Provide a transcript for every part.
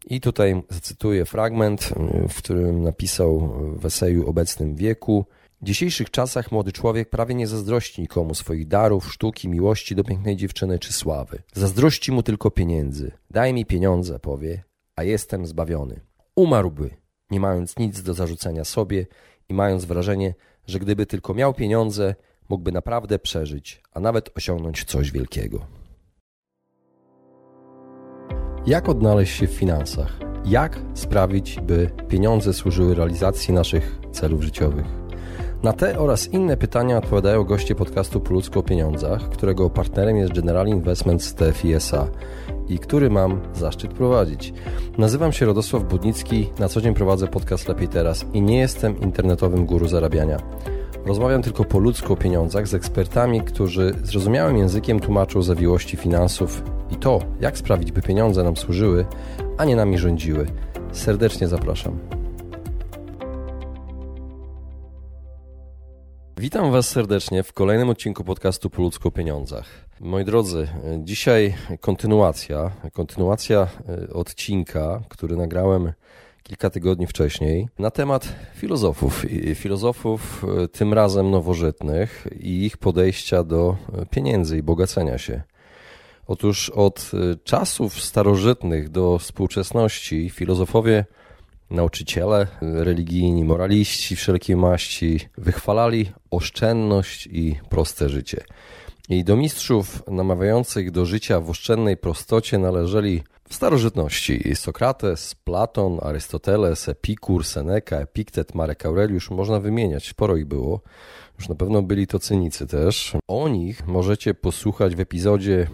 I tutaj zacytuję fragment, w którym napisał w eseju Obecnym wieku: w dzisiejszych czasach młody człowiek prawie nie zazdrości nikomu swoich darów, sztuki, miłości do pięknej dziewczyny czy sławy. Zazdrości mu tylko pieniędzy. Daj mi pieniądze, powie, a jestem zbawiony. Umarłby, nie mając nic do zarzucenia sobie i mając wrażenie, że gdyby tylko miał pieniądze, mógłby naprawdę przeżyć, a nawet osiągnąć coś wielkiego. Jak odnaleźć się w finansach? Jak sprawić, by pieniądze służyły realizacji naszych celów życiowych? Na te oraz inne pytania odpowiadają goście podcastu Po ludzku o pieniądzach, którego partnerem jest General Investments TFI SA i który mam zaszczyt prowadzić. Nazywam się Radosław Budnicki, na co dzień prowadzę podcast Lepiej Teraz i nie jestem internetowym guru zarabiania. Rozmawiam tylko po ludzku o pieniądzach z ekspertami, którzy zrozumiałym językiem tłumaczą zawiłości finansów i to, jak sprawić, by pieniądze nam służyły, a nie nami rządziły. Serdecznie zapraszam. Witam Was serdecznie w kolejnym odcinku podcastu Po ludzku o pieniądzach. Moi drodzy, dzisiaj kontynuacja odcinka, który nagrałem kilka tygodni wcześniej na temat filozofów tym razem nowożytnych i ich podejścia do pieniędzy i bogacenia się. Otóż od czasów starożytnych do współczesności filozofowie, nauczyciele, religijni, moraliści wszelkiej maści wychwalali oszczędność i proste życie. I do mistrzów namawiających do życia w oszczędnej prostocie należeli w starożytności Sokrates, Platon, Arystoteles, Epikur, Seneca, Epiktet, Marek Aureliusz. Można wymieniać, sporo ich było. Już na pewno byli to cynicy też. O nich możecie posłuchać w epizodzie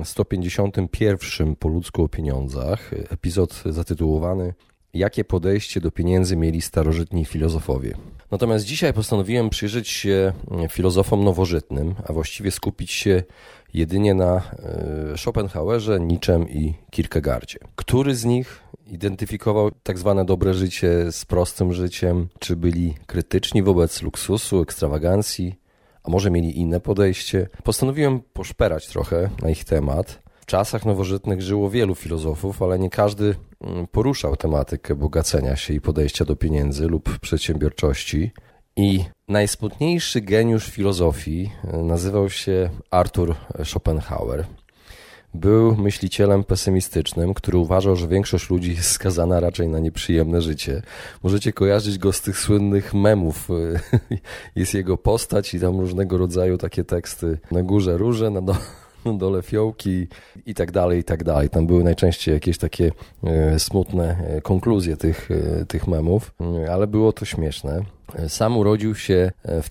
151 Po ludzku o pieniądzach. Epizod zatytułowany Jakie podejście do pieniędzy mieli starożytni filozofowie. Natomiast dzisiaj postanowiłem przyjrzeć się filozofom nowożytnym, a właściwie skupić się jedynie na Schopenhauerze, Nietzschem i Kierkegaardzie. Który z nich identyfikował tak zwane dobre życie z prostym życiem? Czy byli krytyczni wobec luksusu, ekstrawagancji? A może mieli inne podejście? Postanowiłem poszperać trochę na ich temat. W czasach nowożytnych żyło wielu filozofów, ale nie każdy poruszał tematykę bogacenia się i podejścia do pieniędzy lub przedsiębiorczości. I najsmutniejszy geniusz filozofii nazywał się Arthur Schopenhauer. Był myślicielem pesymistycznym, który uważał, że większość ludzi jest skazana raczej na nieprzyjemne życie. Możecie kojarzyć go z tych słynnych memów. Jest jego postać i tam różnego rodzaju takie teksty. Na górze róże, na dole fiołki i tak dalej, i tak dalej. Tam były najczęściej jakieś takie smutne konkluzje tych memów, ale było to śmieszne. Sam urodził się w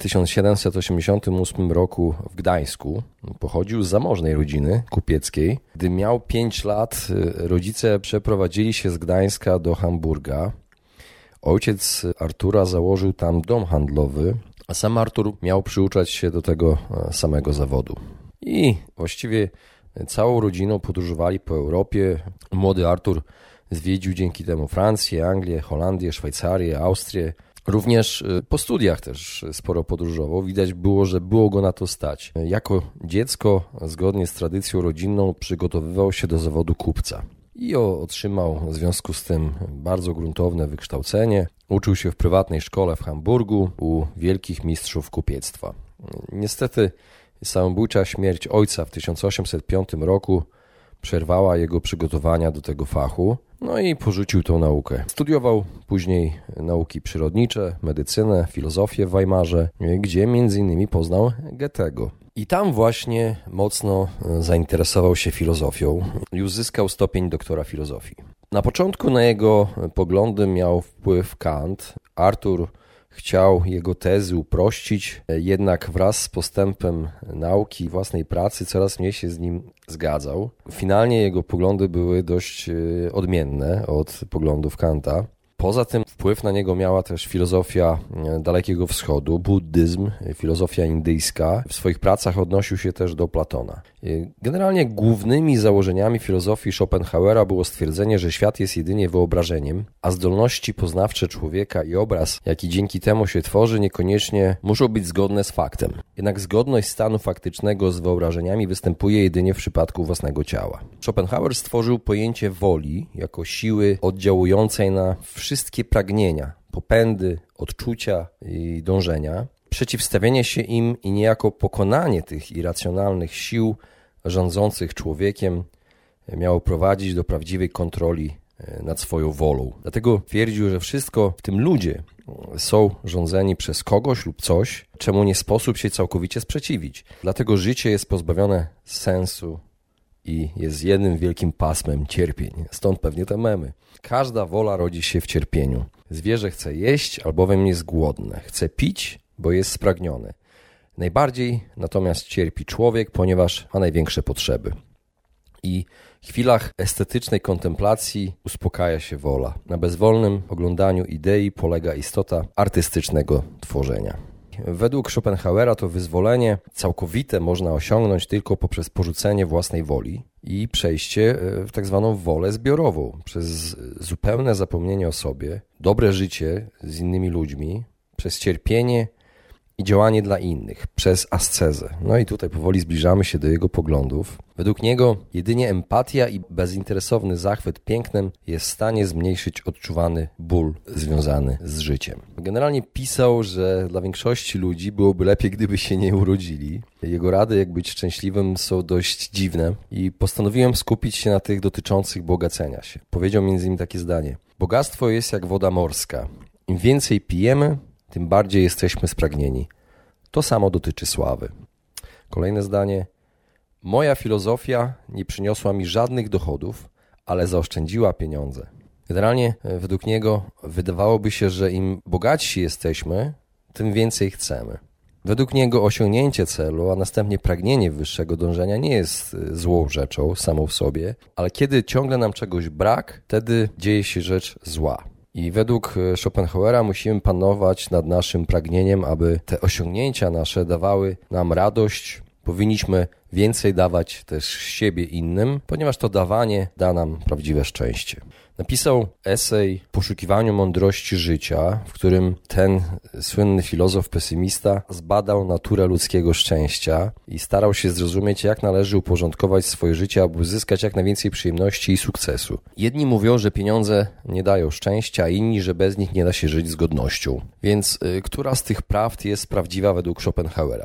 1788 roku w Gdańsku. Pochodził z zamożnej rodziny kupieckiej. Gdy miał 5 lat, rodzice przeprowadzili się z Gdańska do Hamburga. Ojciec Artura założył tam dom handlowy, a sam Artur miał przyuczać się do tego samego zawodu. I właściwie całą rodziną podróżowali po Europie. Młody Artur zwiedził dzięki temu Francję, Anglię, Holandię, Szwajcarię, Austrię. Również po studiach też sporo podróżował. Widać było, że było go na to stać. Jako dziecko, zgodnie z tradycją rodzinną, przygotowywał się do zawodu kupca. I otrzymał w związku z tym bardzo gruntowne wykształcenie. Uczył się w prywatnej szkole w Hamburgu u wielkich mistrzów kupiectwa. Niestety samobójcza śmierć ojca w 1805 roku przerwała jego przygotowania do tego fachu, no i porzucił tą naukę. Studiował później nauki przyrodnicze, medycynę, filozofię w Weimarze, gdzie m.in. poznał Goethego. I tam właśnie mocno zainteresował się filozofią i uzyskał stopień doktora filozofii. Na początku na jego poglądy miał wpływ Kant. Artur chciał jego tezy uprościć, jednak wraz z postępem nauki i własnej pracy coraz mniej się z nim zgadzał. Finalnie jego poglądy były dość odmienne od poglądów Kanta. Poza tym wpływ na niego miała też filozofia Dalekiego Wschodu, buddyzm, filozofia indyjska. W swoich pracach odnosił się też do Platona. Generalnie głównymi założeniami filozofii Schopenhauera było stwierdzenie, że świat jest jedynie wyobrażeniem, a zdolności poznawcze człowieka i obraz, jaki dzięki temu się tworzy, niekoniecznie muszą być zgodne z faktem. Jednak zgodność stanu faktycznego z wyobrażeniami występuje jedynie w przypadku własnego ciała. Schopenhauer stworzył pojęcie woli jako siły oddziałującej na wszystkie pragnienia, popędy, odczucia i dążenia. Przeciwstawienie się im i niejako pokonanie tych irracjonalnych sił rządzących człowiekiem miało prowadzić do prawdziwej kontroli nad swoją wolą. Dlatego twierdził, że wszystko, w tym ludzie, są rządzeni przez kogoś lub coś, czemu nie sposób się całkowicie sprzeciwić. Dlatego życie jest pozbawione sensu i jest jednym wielkim pasmem cierpień. Stąd pewnie te memy. Każda wola rodzi się w cierpieniu. Zwierzę chce jeść, albowiem jest głodne. Chce pić, bo jest spragniony. Najbardziej natomiast cierpi człowiek, ponieważ ma największe potrzeby. I w chwilach estetycznej kontemplacji uspokaja się wola. Na bezwolnym oglądaniu idei polega istota artystycznego tworzenia. Według Schopenhauera to wyzwolenie całkowite można osiągnąć tylko poprzez porzucenie własnej woli i przejście w tak zwaną wolę zbiorową, przez zupełne zapomnienie o sobie, dobre życie z innymi ludźmi, przez cierpienie i działanie dla innych, przez ascezę. No i tutaj powoli zbliżamy się do jego poglądów. Według niego jedynie empatia i bezinteresowny zachwyt pięknem jest w stanie zmniejszyć odczuwany ból związany z życiem. Generalnie pisał, że dla większości ludzi byłoby lepiej, gdyby się nie urodzili. Jego rady, jak być szczęśliwym, są dość dziwne i postanowiłem skupić się na tych dotyczących bogacenia się. Powiedział m.in. takie zdanie. Bogactwo jest jak woda morska. Im więcej pijemy, tym bardziej jesteśmy spragnieni. To samo dotyczy sławy. Kolejne zdanie. Moja filozofia nie przyniosła mi żadnych dochodów, ale zaoszczędziła pieniądze. Generalnie według niego wydawałoby się, że im bogatsi jesteśmy, tym więcej chcemy. Według niego osiągnięcie celu, a następnie pragnienie wyższego dążenia nie jest złą rzeczą samą w sobie, ale kiedy ciągle nam czegoś brak, wtedy dzieje się rzecz zła. I według Schopenhauera musimy panować nad naszym pragnieniem, aby te osiągnięcia nasze dawały nam radość. Powinniśmy więcej dawać też siebie innym, ponieważ to dawanie da nam prawdziwe szczęście. Napisał esej w poszukiwaniu mądrości życia, w którym ten słynny filozof pesymista zbadał naturę ludzkiego szczęścia i starał się zrozumieć, jak należy uporządkować swoje życie, aby uzyskać jak najwięcej przyjemności i sukcesu. Jedni mówią, że pieniądze nie dają szczęścia, a inni, że bez nich nie da się żyć z godnością. Więc która z tych prawd jest prawdziwa według Schopenhauera?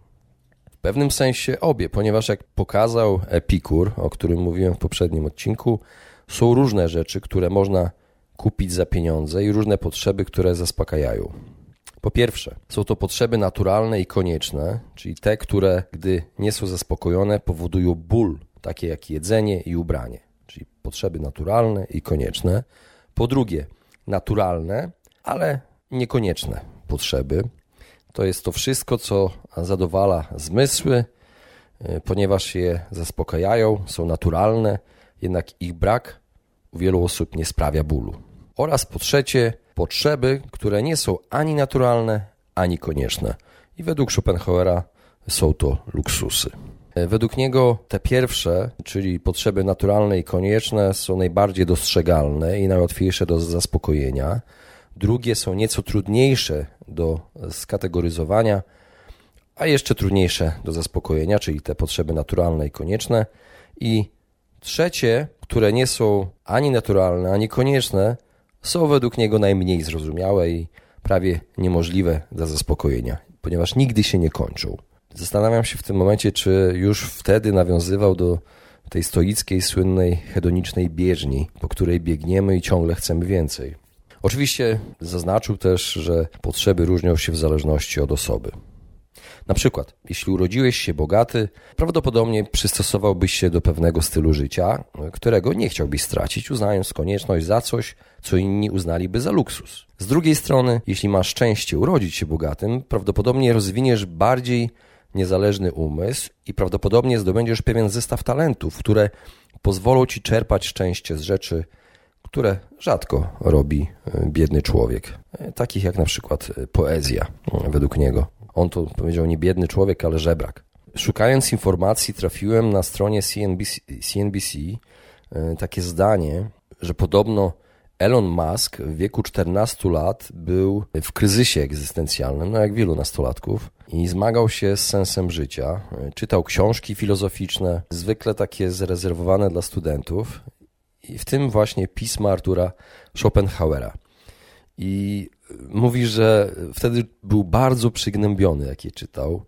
W pewnym sensie obie, ponieważ jak pokazał Epikur, o którym mówiłem w poprzednim odcinku, są różne rzeczy, które można kupić za pieniądze i różne potrzeby, które zaspokajają. Po pierwsze, są to potrzeby naturalne i konieczne, czyli te, które, gdy nie są zaspokojone, powodują ból, takie jak jedzenie i ubranie, czyli potrzeby naturalne i konieczne. Po drugie, naturalne, ale niekonieczne potrzeby. To jest to wszystko, co zadowala zmysły, ponieważ je zaspokajają, są naturalne, jednak ich brak u wielu osób nie sprawia bólu. Oraz po trzecie, potrzeby, które nie są ani naturalne, ani konieczne. I według Schopenhauera są to luksusy. Według niego te pierwsze, czyli potrzeby naturalne i konieczne, są najbardziej dostrzegalne i najłatwiejsze do zaspokojenia. Drugie są nieco trudniejsze do skategoryzowania, a jeszcze trudniejsze do zaspokojenia, czyli te potrzeby naturalne i konieczne. I trzecie, które nie są ani naturalne, ani konieczne, są według niego najmniej zrozumiałe i prawie niemożliwe do zaspokojenia, ponieważ nigdy się nie kończą. Zastanawiam się w tym momencie, czy już wtedy nawiązywał do tej stoickiej, słynnej, hedonicznej bieżni, po której biegniemy i ciągle chcemy więcej. Oczywiście zaznaczył też, że potrzeby różnią się w zależności od osoby. Na przykład, jeśli urodziłeś się bogaty, prawdopodobnie przystosowałbyś się do pewnego stylu życia, którego nie chciałbyś stracić, uznając konieczność za coś, co inni uznaliby za luksus. Z drugiej strony, jeśli masz szczęście urodzić się bogatym, prawdopodobnie rozwiniesz bardziej niezależny umysł i prawdopodobnie zdobędziesz pewien zestaw talentów, które pozwolą ci czerpać szczęście z rzeczy, które rzadko robi biedny człowiek. Takich jak na przykład poezja, według niego. On to powiedział nie biedny człowiek, ale żebrak. Szukając informacji trafiłem na stronie CNBC takie zdanie, że podobno Elon Musk w wieku 14 lat był w kryzysie egzystencjalnym, jak wielu nastolatków, i zmagał się z sensem życia. Czytał książki filozoficzne, zwykle takie zarezerwowane dla studentów, i w tym właśnie pisma Artura Schopenhauera. I mówi, że wtedy był bardzo przygnębiony, jak je czytał,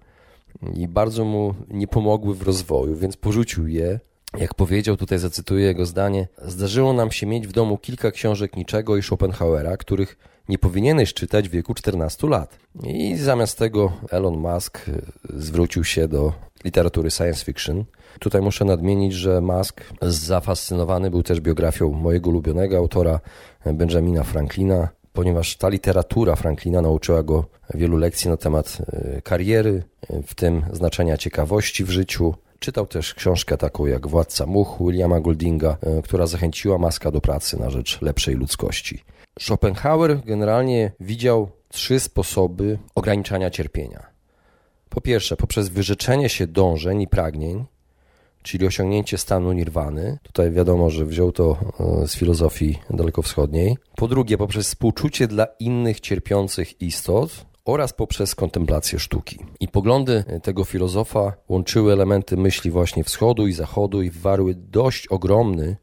i bardzo mu nie pomogły w rozwoju, więc porzucił je. Jak powiedział, tutaj zacytuję jego zdanie: zdarzyło nam się mieć w domu kilka książek Nietzschego i Schopenhauera, których nie powinieneś czytać w wieku 14 lat. I zamiast tego Elon Musk zwrócił się do literatury science fiction. Tutaj muszę nadmienić, że Musk zafascynowany był też biografią mojego ulubionego autora, Benjamina Franklina, ponieważ ta literatura Franklina nauczyła go wielu lekcji na temat kariery, w tym znaczenia ciekawości w życiu. Czytał też książkę taką jak Władca much Williama Goldinga, która zachęciła Muska do pracy na rzecz lepszej ludzkości. Schopenhauer generalnie widział 3 sposoby ograniczania cierpienia. Po pierwsze, poprzez wyrzeczenie się dążeń i pragnień, czyli osiągnięcie stanu nirwany. Tutaj wiadomo, że wziął to z filozofii dalekowschodniej. Po drugie, poprzez współczucie dla innych cierpiących istot oraz poprzez kontemplację sztuki. I poglądy tego filozofa łączyły elementy myśli właśnie wschodu i zachodu i wywarły dość ogromny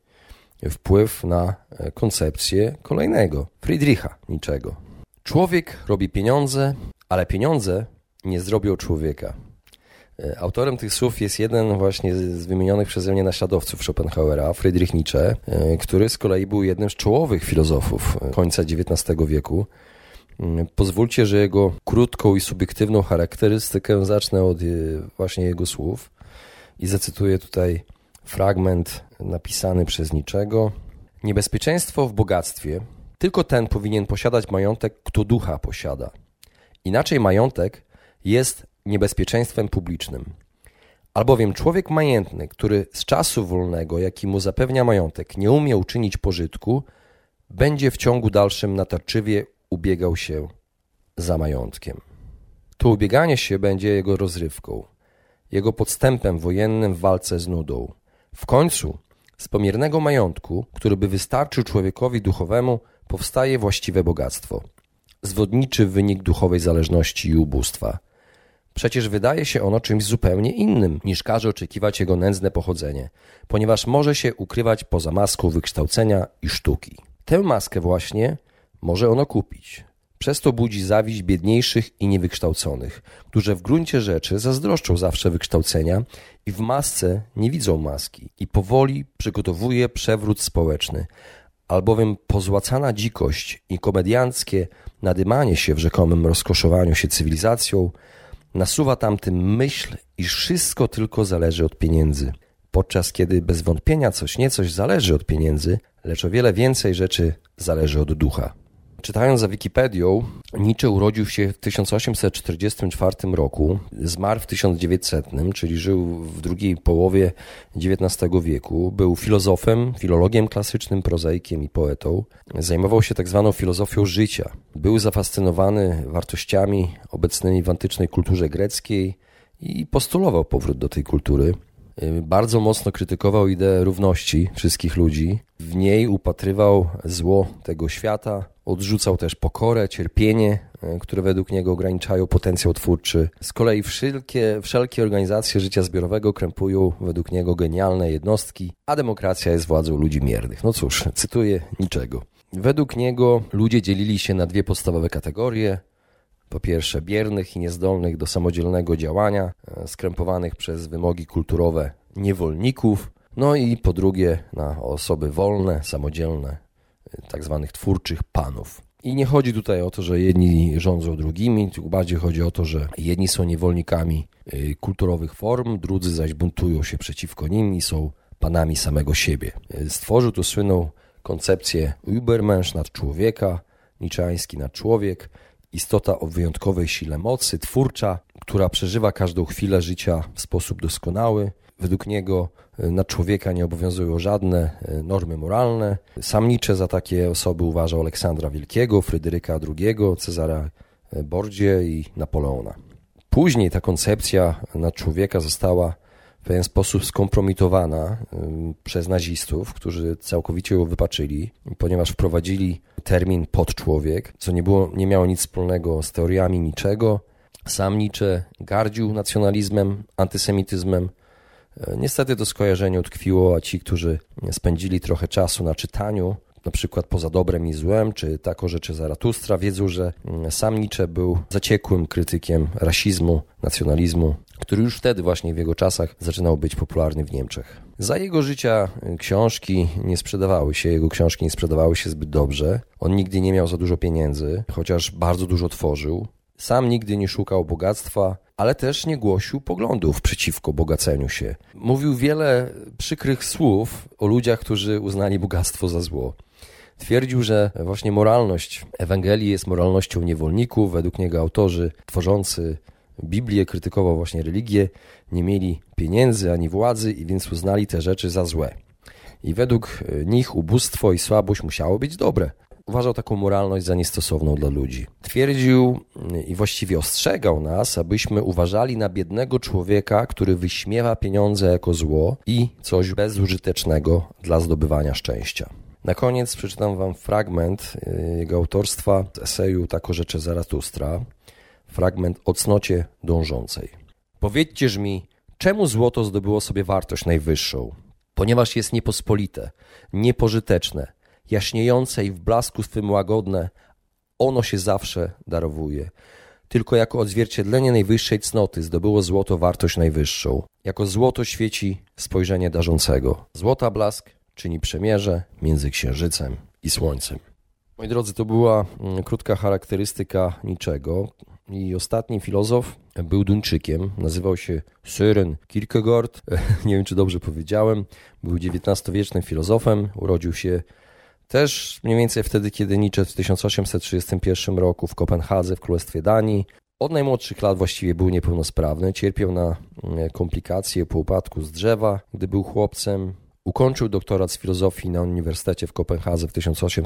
wpływ na koncepcję kolejnego, Friedricha Nietzschego. Człowiek robi pieniądze, ale pieniądze nie zrobią człowieka. Autorem tych słów jest jeden właśnie z wymienionych przeze mnie naśladowców Schopenhauera, Friedrich Nietzsche, który z kolei był jednym z czołowych filozofów końca XIX wieku. Pozwólcie, że jego krótką i subiektywną charakterystykę zacznę od właśnie jego słów i zacytuję tutaj fragment napisany przez Nietzschego. Niebezpieczeństwo w bogactwie. Tylko ten powinien posiadać majątek, kto ducha posiada. Inaczej majątek jest niebezpieczeństwem publicznym. Albowiem człowiek majętny, który z czasu wolnego, jaki mu zapewnia majątek, nie umie uczynić pożytku, będzie w ciągu dalszym natarczywie ubiegał się za majątkiem. To ubieganie się będzie jego rozrywką, jego podstępem wojennym w walce z nudą. W końcu z pomiernego majątku, który by wystarczył człowiekowi duchowemu, powstaje właściwe bogactwo, zwodniczy wynik duchowej zależności i ubóstwa. Przecież wydaje się ono czymś zupełnie innym, niż każe oczekiwać jego nędzne pochodzenie, ponieważ może się ukrywać poza maską wykształcenia i sztuki. Tę maskę właśnie może ono kupić. Przez to budzi zawiść biedniejszych i niewykształconych, którzy w gruncie rzeczy zazdroszczą zawsze wykształcenia i w masce nie widzą maski i powoli przygotowuje przewrót społeczny, albowiem pozłacana dzikość i komedianckie nadymanie się w rzekomym rozkoszowaniu się cywilizacją nasuwa tamtym myśl, iż wszystko tylko zależy od pieniędzy, podczas kiedy bez wątpienia coś zależy od pieniędzy, lecz o wiele więcej rzeczy zależy od ducha. Czytając za Wikipedią, Nietzsche urodził się w 1844 roku, zmarł w 1900, czyli żył w drugiej połowie XIX wieku. Był filozofem, filologiem klasycznym, prozaikiem i poetą. Zajmował się tak zwaną filozofią życia. Był zafascynowany wartościami obecnymi w antycznej kulturze greckiej i postulował powrót do tej kultury. Bardzo mocno krytykował ideę równości wszystkich ludzi. W niej upatrywał zło tego świata. Odrzucał też pokorę, cierpienie, które według niego ograniczają potencjał twórczy. Z kolei wszelkie organizacje życia zbiorowego krępują według niego genialne jednostki, a demokracja jest władzą ludzi miernych. No cóż, cytuję Nietzschego. Według niego ludzie dzielili się na 2 podstawowe kategorie. Po pierwsze biernych i niezdolnych do samodzielnego działania, skrępowanych przez wymogi kulturowe niewolników. No i po drugie na osoby wolne, samodzielne, tak zwanych twórczych panów. I nie chodzi tutaj o to, że jedni rządzą drugimi, tylko bardziej chodzi o to, że jedni są niewolnikami kulturowych form, drudzy zaś buntują się przeciwko nim i są panami samego siebie. Stworzył tu słynną koncepcję Übermensch, nadczłowieka, niczeański nadczłowiek, istota o wyjątkowej sile mocy, twórcza, która przeżywa każdą chwilę życia w sposób doskonały. Według niego na człowieka nie obowiązują żadne normy moralne. Sam Nietzsche za takie osoby uważał Aleksandra Wielkiego, Fryderyka II, Cezara Borgie i Napoleona. Później ta koncepcja na człowieka została w pewien sposób skompromitowana przez nazistów, którzy całkowicie ją wypaczyli, ponieważ wprowadzili termin podczłowiek, co nie miało nic wspólnego z teoriami niczego. Sam Nietzsche gardził nacjonalizmem, antysemityzmem. Niestety to skojarzenie utkwiło, a ci, którzy spędzili trochę czasu na czytaniu, na przykład Poza dobrem i złem, czy Tak o rzeczy Zaratustra, wiedzą, że sam Nietzsche był zaciekłym krytykiem rasizmu, nacjonalizmu, który już wtedy właśnie w jego czasach zaczynał być popularny w Niemczech. Za jego życia jego książki nie sprzedawały się zbyt dobrze. On nigdy nie miał za dużo pieniędzy, chociaż bardzo dużo tworzył. Sam nigdy nie szukał bogactwa, ale też nie głosił poglądów przeciwko bogaceniu się. Mówił wiele przykrych słów o ludziach, którzy uznali bogactwo za zło. Twierdził, że właśnie moralność Ewangelii jest moralnością niewolników. Według niego autorzy tworzący Biblię, krytykował właśnie religię, nie mieli pieniędzy ani władzy i więc uznali te rzeczy za złe. I według nich ubóstwo i słabość musiało być dobre. Uważał taką moralność za niestosowną dla ludzi. Twierdził i właściwie ostrzegał nas, abyśmy uważali na biednego człowieka, który wyśmiewa pieniądze jako zło i coś bezużytecznego dla zdobywania szczęścia. Na koniec przeczytam wam fragment jego autorstwa z eseju Tak o rzeczy Zaratustra, fragment o cnocie dążącej. Powiedzcież mi, czemu złoto zdobyło sobie wartość najwyższą? Ponieważ jest niepospolite, niepożyteczne, jaśniejące i w blasku swym łagodne, ono się zawsze darowuje. Tylko jako odzwierciedlenie najwyższej cnoty zdobyło złoto wartość najwyższą. Jako złoto świeci spojrzenie darzącego. Złota blask czyni przemierze między księżycem i słońcem. Moi drodzy, to była krótka charakterystyka Nietzschego. I ostatni filozof był Duńczykiem, nazywał się Søren Kierkegaard, nie wiem czy dobrze powiedziałem, był XIX-wiecznym filozofem, urodził się też mniej więcej wtedy, kiedy Nietzsche w 1831 roku w Kopenhadze w Królestwie Danii. Od najmłodszych lat właściwie był niepełnosprawny, cierpiał na komplikacje po upadku z drzewa, gdy był chłopcem. Ukończył doktorat z filozofii na Uniwersytecie w Kopenhadze w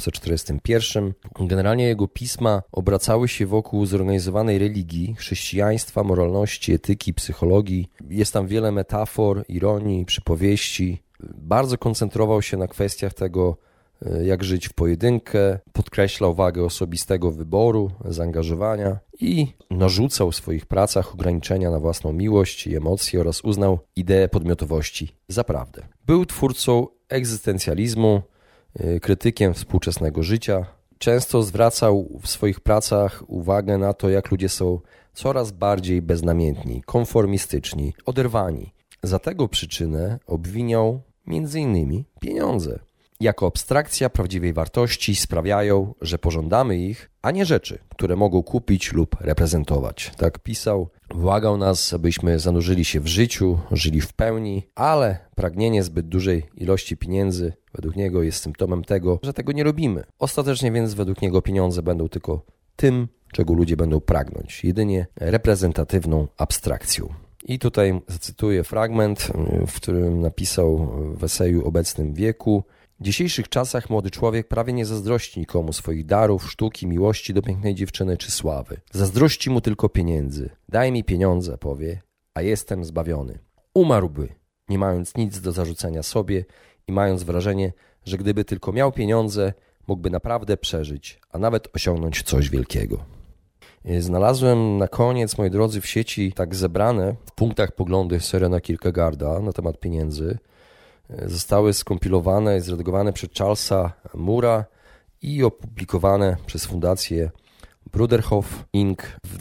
1841. Generalnie jego pisma obracały się wokół zorganizowanej religii, chrześcijaństwa, moralności, etyki, psychologii. Jest tam wiele metafor, ironii, przypowieści. Bardzo koncentrował się na kwestiach tego, jak żyć w pojedynkę, podkreślał wagę osobistego wyboru, zaangażowania i narzucał w swoich pracach ograniczenia na własną miłość i emocje oraz uznał ideę podmiotowości za prawdę. Był twórcą egzystencjalizmu, krytykiem współczesnego życia. Często zwracał w swoich pracach uwagę na to, jak ludzie są coraz bardziej beznamiętni, konformistyczni, oderwani. Za tego przyczynę obwiniał m.in. pieniądze. Jako abstrakcja prawdziwej wartości sprawiają, że pożądamy ich, a nie rzeczy, które mogą kupić lub reprezentować. Tak pisał, błagał nas, abyśmy zanurzyli się w życiu, żyli w pełni, ale pragnienie zbyt dużej ilości pieniędzy według niego jest symptomem tego, że tego nie robimy. Ostatecznie więc według niego pieniądze będą tylko tym, czego ludzie będą pragnąć, jedynie reprezentatywną abstrakcją. I tutaj zacytuję fragment, w którym napisał w eseju Obecnym wieku: w dzisiejszych czasach młody człowiek prawie nie zazdrości nikomu swoich darów, sztuki, miłości do pięknej dziewczyny czy sławy. Zazdrości mu tylko pieniędzy. Daj mi pieniądze, powie, a jestem zbawiony. Umarłby, nie mając nic do zarzucenia sobie i mając wrażenie, że gdyby tylko miał pieniądze, mógłby naprawdę przeżyć, a nawet osiągnąć coś wielkiego. Znalazłem na koniec, moi drodzy, w sieci tak zebrane w punktach poglądy Sørena Kierkegaarda na temat pieniędzy. Zostały skompilowane i zredagowane przez Charlesa Moore'a i opublikowane przez fundację Bruderhof Inc. w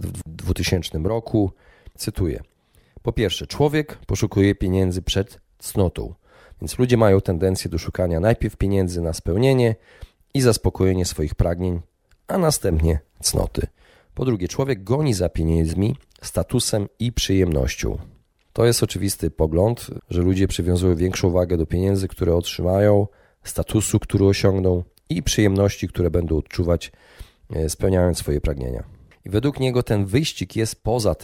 2000 roku. Cytuję. Po pierwsze, człowiek poszukuje pieniędzy przed cnotą, więc ludzie mają tendencję do szukania najpierw pieniędzy na spełnienie i zaspokojenie swoich pragnień, a następnie cnoty. Po drugie, człowiek goni za pieniędzmi, statusem i przyjemnością. To jest oczywisty pogląd, że ludzie przywiązują większą wagę do pieniędzy, które otrzymają, statusu, który osiągną i przyjemności, które będą odczuwać, spełniając swoje pragnienia. I według niego ten wyścig jest poza tym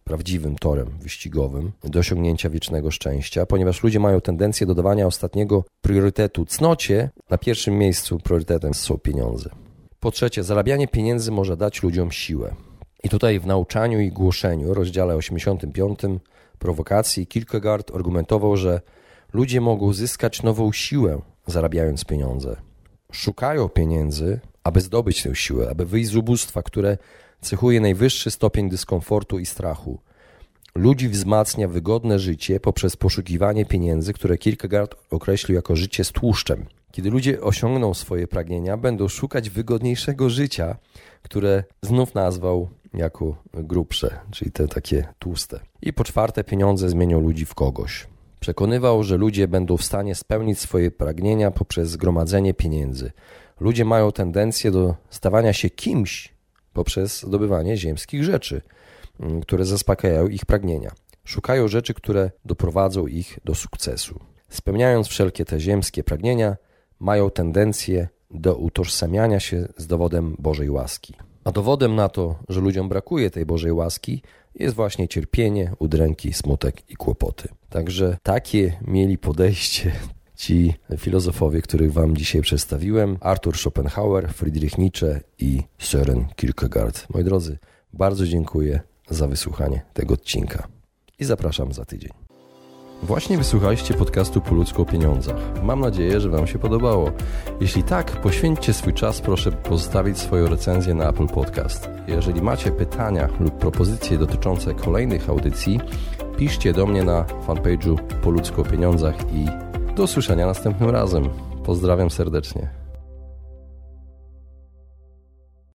prawdziwym torem wyścigowym do osiągnięcia wiecznego szczęścia, ponieważ ludzie mają tendencję do dawania ostatniego priorytetu cnocie. Na pierwszym miejscu priorytetem są pieniądze. Po trzecie, zarabianie pieniędzy może dać ludziom siłę. I tutaj w Nauczaniu i Głoszeniu, rozdziale 85 prowokacji, Kierkegaard argumentował, że ludzie mogą zyskać nową siłę, zarabiając pieniądze. Szukają pieniędzy, aby zdobyć tę siłę, aby wyjść z ubóstwa, które cechuje najwyższy stopień dyskomfortu i strachu. Ludzi wzmacnia wygodne życie poprzez poszukiwanie pieniędzy, które Kierkegaard określił jako życie z tłuszczem. Kiedy ludzie osiągną swoje pragnienia, będą szukać wygodniejszego życia, które znów nazwał jako grubsze, czyli te takie tłuste. I po czwarte, pieniądze zmienią ludzi w kogoś. Przekonywał, że ludzie będą w stanie spełnić swoje pragnienia poprzez zgromadzenie pieniędzy. Ludzie mają tendencję do stawania się kimś poprzez zdobywanie ziemskich rzeczy, które zaspokajają ich pragnienia. Szukają rzeczy, które doprowadzą ich do sukcesu. Spełniając wszelkie te ziemskie pragnienia, mają tendencję do utożsamiania się z dowodem Bożej łaski. A dowodem na to, że ludziom brakuje tej Bożej łaski, jest właśnie cierpienie, udręki, smutek i kłopoty. Także takie mieli podejście ci filozofowie, których wam dzisiaj przedstawiłem: Arthur Schopenhauer, Friedrich Nietzsche i Søren Kierkegaard. Moi drodzy, bardzo dziękuję za wysłuchanie tego odcinka i zapraszam za tydzień. Właśnie wysłuchaliście podcastu Po ludzku o pieniądzach. Mam nadzieję, że wam się podobało. Jeśli tak, poświęćcie swój czas, proszę pozostawić swoją recenzję na Apple Podcast. Jeżeli macie pytania lub propozycje dotyczące kolejnych audycji, piszcie do mnie na fanpage'u Po ludzku o pieniądzach i do usłyszenia następnym razem. Pozdrawiam serdecznie.